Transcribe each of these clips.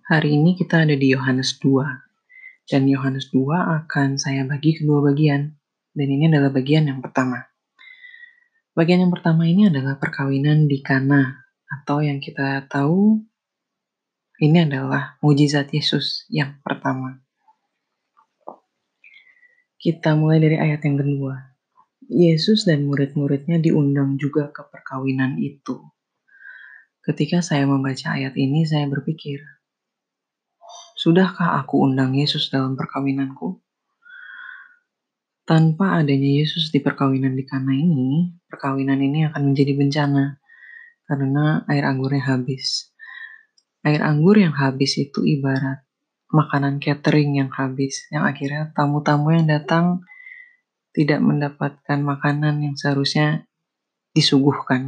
Hari ini kita ada di Yohanes 2, dan Yohanes 2 akan saya bagi ke dua bagian, dan ini adalah bagian yang pertama. Bagian yang pertama ini adalah perkawinan di Kana, atau yang kita tahu ini adalah mujizat Yesus yang pertama. Kita mulai dari ayat yang kedua. Yesus dan murid-muridnya diundang juga ke perkawinan itu. Ketika saya membaca ayat ini, saya berpikir, sudahkah aku undang Yesus dalam perkawinanku? Tanpa adanya Yesus di perkawinan di Kana ini, perkawinan ini akan menjadi bencana karena air anggurnya habis. Air anggur yang habis itu ibarat makanan catering yang habis, yang akhirnya tamu-tamu yang datang tidak mendapatkan makanan yang seharusnya disuguhkan.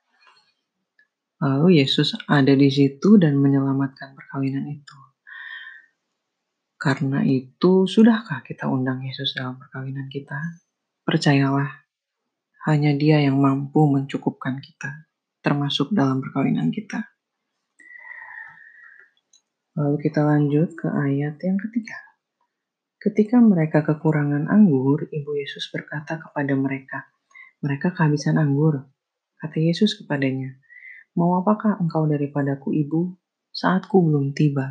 Lalu Yesus ada di situ dan menyelamatkan perkawinan itu. Karena itu, sudahkah kita undang Yesus dalam perkawinan kita? Percayalah, hanya Dia yang mampu mencukupkan kita, termasuk dalam perkawinan kita. Lalu kita lanjut ke ayat yang ketiga. Ketika mereka kekurangan anggur, Ibu Yesus berkata kepada mereka, mereka kehabisan anggur. Kata Yesus kepadanya, mau apakah engkau daripadaku, Ibu? Saatku belum tiba.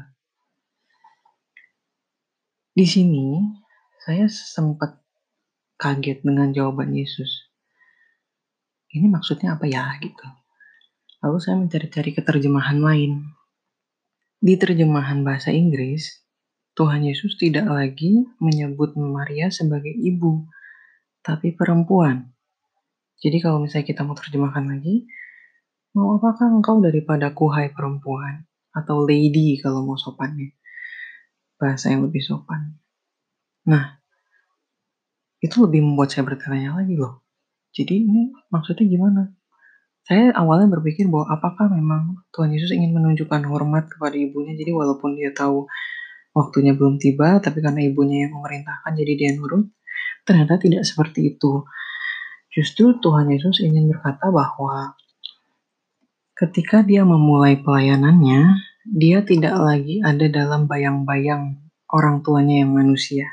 Di sini, saya sempat kaget dengan jawaban Yesus. Ini maksudnya apa ya gitu. Lalu saya mencari-cari keterjemahan lain. Di terjemahan bahasa Inggris, Tuhan Yesus tidak lagi menyebut Maria sebagai ibu, tapi perempuan. Jadi kalau misalnya kita mau terjemahkan lagi, mau apakah engkau daripadaku hai perempuan? Atau lady kalau mau sopannya. Bahasa yang lebih sopan. Nah, itu lebih membuat saya bertanya lagi loh. Jadi ini maksudnya gimana? Saya awalnya berpikir bahwa apakah memang Tuhan Yesus ingin menunjukkan hormat kepada ibunya, jadi walaupun dia tahu waktunya belum tiba, tapi karena ibunya yang memerintahkan, jadi dia nurut. Ternyata tidak seperti itu. Justru Tuhan Yesus ingin berkata bahwa ketika dia memulai pelayanannya, dia tidak lagi ada dalam bayang-bayang orang tuanya yang manusia.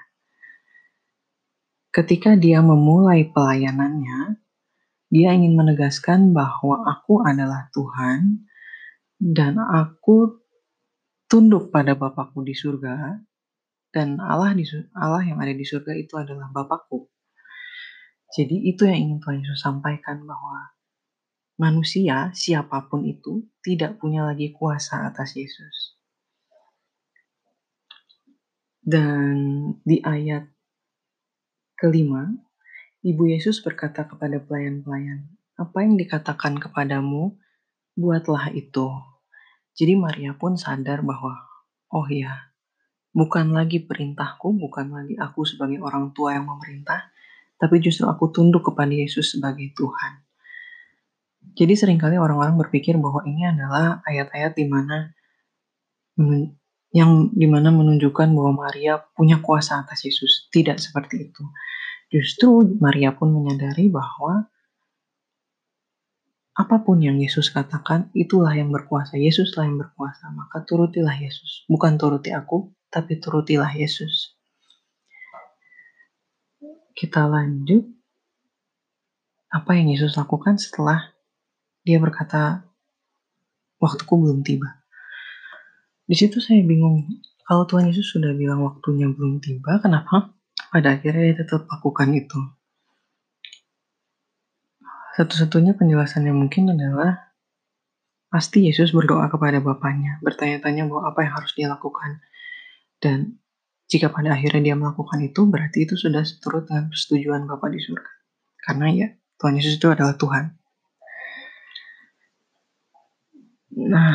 Ketika dia memulai pelayanannya, dia ingin menegaskan bahwa aku adalah Tuhan dan aku tunduk pada Bapakku di surga, dan Allah yang ada di surga itu adalah Bapakku. Jadi itu yang ingin Tuhan Yesus sampaikan, bahwa manusia siapapun itu tidak punya lagi kuasa atas Yesus. Dan di ayat kelima, Ibu Yesus berkata kepada pelayan-pelayan, apa yang dikatakan kepadamu, buatlah itu. Jadi Maria pun sadar bahwa, oh ya, bukan lagi perintahku, bukan lagi aku sebagai orang tua yang memerintah, tapi justru aku tunduk kepada Yesus sebagai Tuhan. Jadi seringkali orang-orang berpikir bahwa ini adalah ayat-ayat yang dimana menunjukkan bahwa Maria punya kuasa atas Yesus. Tidak seperti itu. Justru Maria pun menyadari bahwa apapun yang Yesus katakan, itulah yang berkuasa. Yesuslah yang berkuasa. Maka turutilah Yesus. Bukan turuti aku, tapi turutilah Yesus. Kita lanjut. Apa yang Yesus lakukan setelah dia berkata, waktuku belum tiba. Di situ saya bingung. Kalau Tuhan Yesus sudah bilang waktunya belum tiba, kenapa pada akhirnya dia tetap lakukan itu? Satu-satunya penjelasan yang mungkin adalah pasti Yesus berdoa kepada Bapaknya, bertanya-tanya bahwa apa yang harus dia lakukan. Dan jika pada akhirnya dia melakukan itu, berarti itu sudah seturut dengan persetujuan Bapa di surga. Karena ya, Tuhan Yesus itu adalah Tuhan. Nah,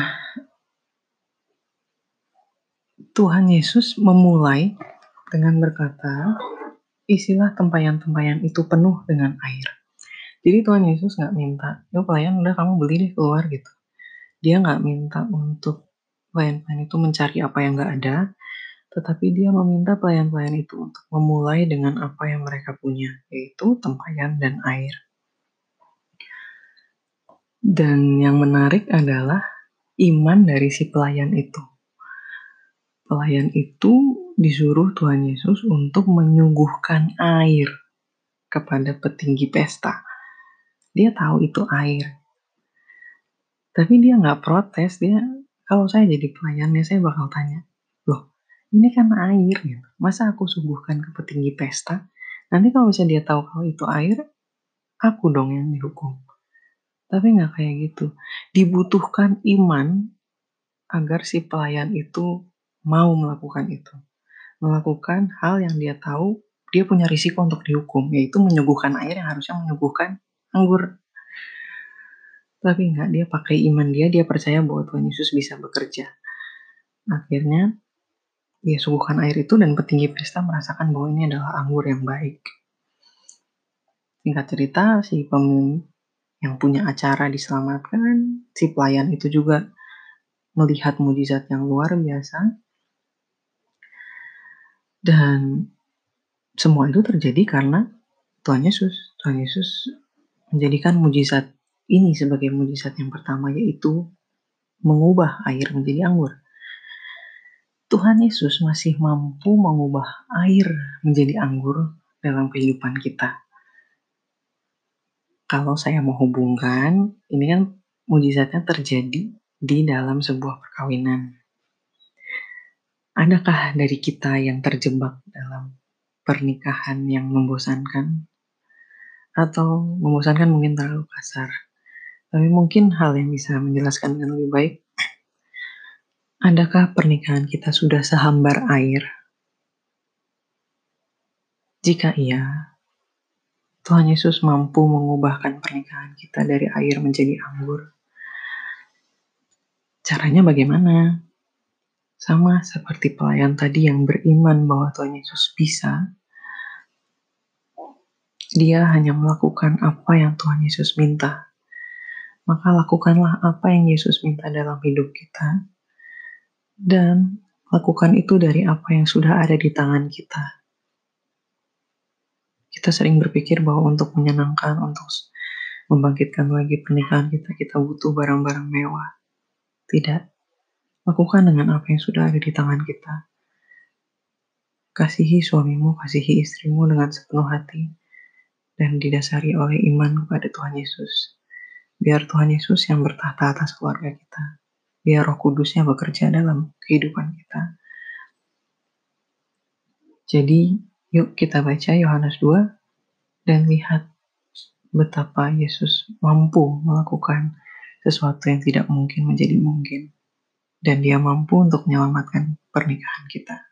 Tuhan Yesus memulai dengan berkata, isilah tempayan-tempayan itu penuh dengan air. Jadi Tuhan Yesus gak minta, yuk pelayan udah kamu beli deh keluar gitu. Dia gak minta untuk pelayan-pelayan itu mencari apa yang gak ada, tetapi dia meminta pelayan-pelayan itu untuk memulai dengan apa yang mereka punya, yaitu tempayan dan air. Dan yang menarik adalah iman dari si pelayan itu. Pelayan itu disuruh Tuhan Yesus untuk menyuguhkan air kepada petinggi pesta. Dia tahu itu air, tapi dia nggak protes. Kalau saya jadi pelayannya, saya bakal tanya, loh, ini kan air gitu. Masa aku suguhkan ke petinggi pesta? Nanti kalau misalnya dia tahu kalau itu air, aku dong yang dihukum. Tapi nggak kayak gitu. Dibutuhkan iman agar si pelayan itu mau melakukan itu. Melakukan hal yang dia tahu dia punya risiko untuk dihukum, yaitu menyuguhkan air yang harusnya menyuguhkan anggur. Tapi enggak, dia pakai iman dia percaya bahwa Tuhan Yesus bisa bekerja. Akhirnya dia suguhkan air itu dan petinggi pesta merasakan bahwa ini adalah anggur yang baik. Singkat cerita, si yang punya acara diselamatkan, si pelayan itu juga melihat mujizat yang luar biasa, dan semua itu terjadi karena Tuhan Yesus. Tuhan Yesus menjadikan mujizat ini sebagai mujizat yang pertama, yaitu mengubah air menjadi anggur. Tuhan Yesus masih mampu mengubah air menjadi anggur dalam kehidupan kita. Kalau saya mau hubungkan, ini kan mujizatnya terjadi di dalam sebuah perkawinan. Adakah dari kita yang terjebak dalam pernikahan yang membosankan? Atau membosankan mungkin terlalu kasar. Tapi mungkin hal yang bisa menjelaskan dengan lebih baik, adakah pernikahan kita sudah sehambar air? Jika iya, Tuhan Yesus mampu mengubahkan pernikahan kita dari air menjadi anggur. Caranya bagaimana? Sama seperti pelayan tadi yang beriman bahwa Tuhan Yesus bisa, dia hanya melakukan apa yang Tuhan Yesus minta. Maka lakukanlah apa yang Yesus minta dalam hidup kita, dan lakukan itu dari apa yang sudah ada di tangan kita. Kita sering berpikir bahwa untuk menyenangkan, untuk membangkitkan lagi pernikahan kita butuh barang-barang mewah. Tidak. Lakukan dengan apa yang sudah ada di tangan kita. Kasihi suamimu, kasihi istrimu dengan sepenuh hati, dan didasari oleh iman kepada Tuhan Yesus. Biar Tuhan Yesus yang bertahta atas keluarga kita. Biar Roh Kudus yang bekerja dalam kehidupan kita. Jadi, yuk kita baca Yohanes 2 dan lihat betapa Yesus mampu melakukan sesuatu yang tidak mungkin menjadi mungkin. Dan dia mampu untuk menyelamatkan pernikahan kita.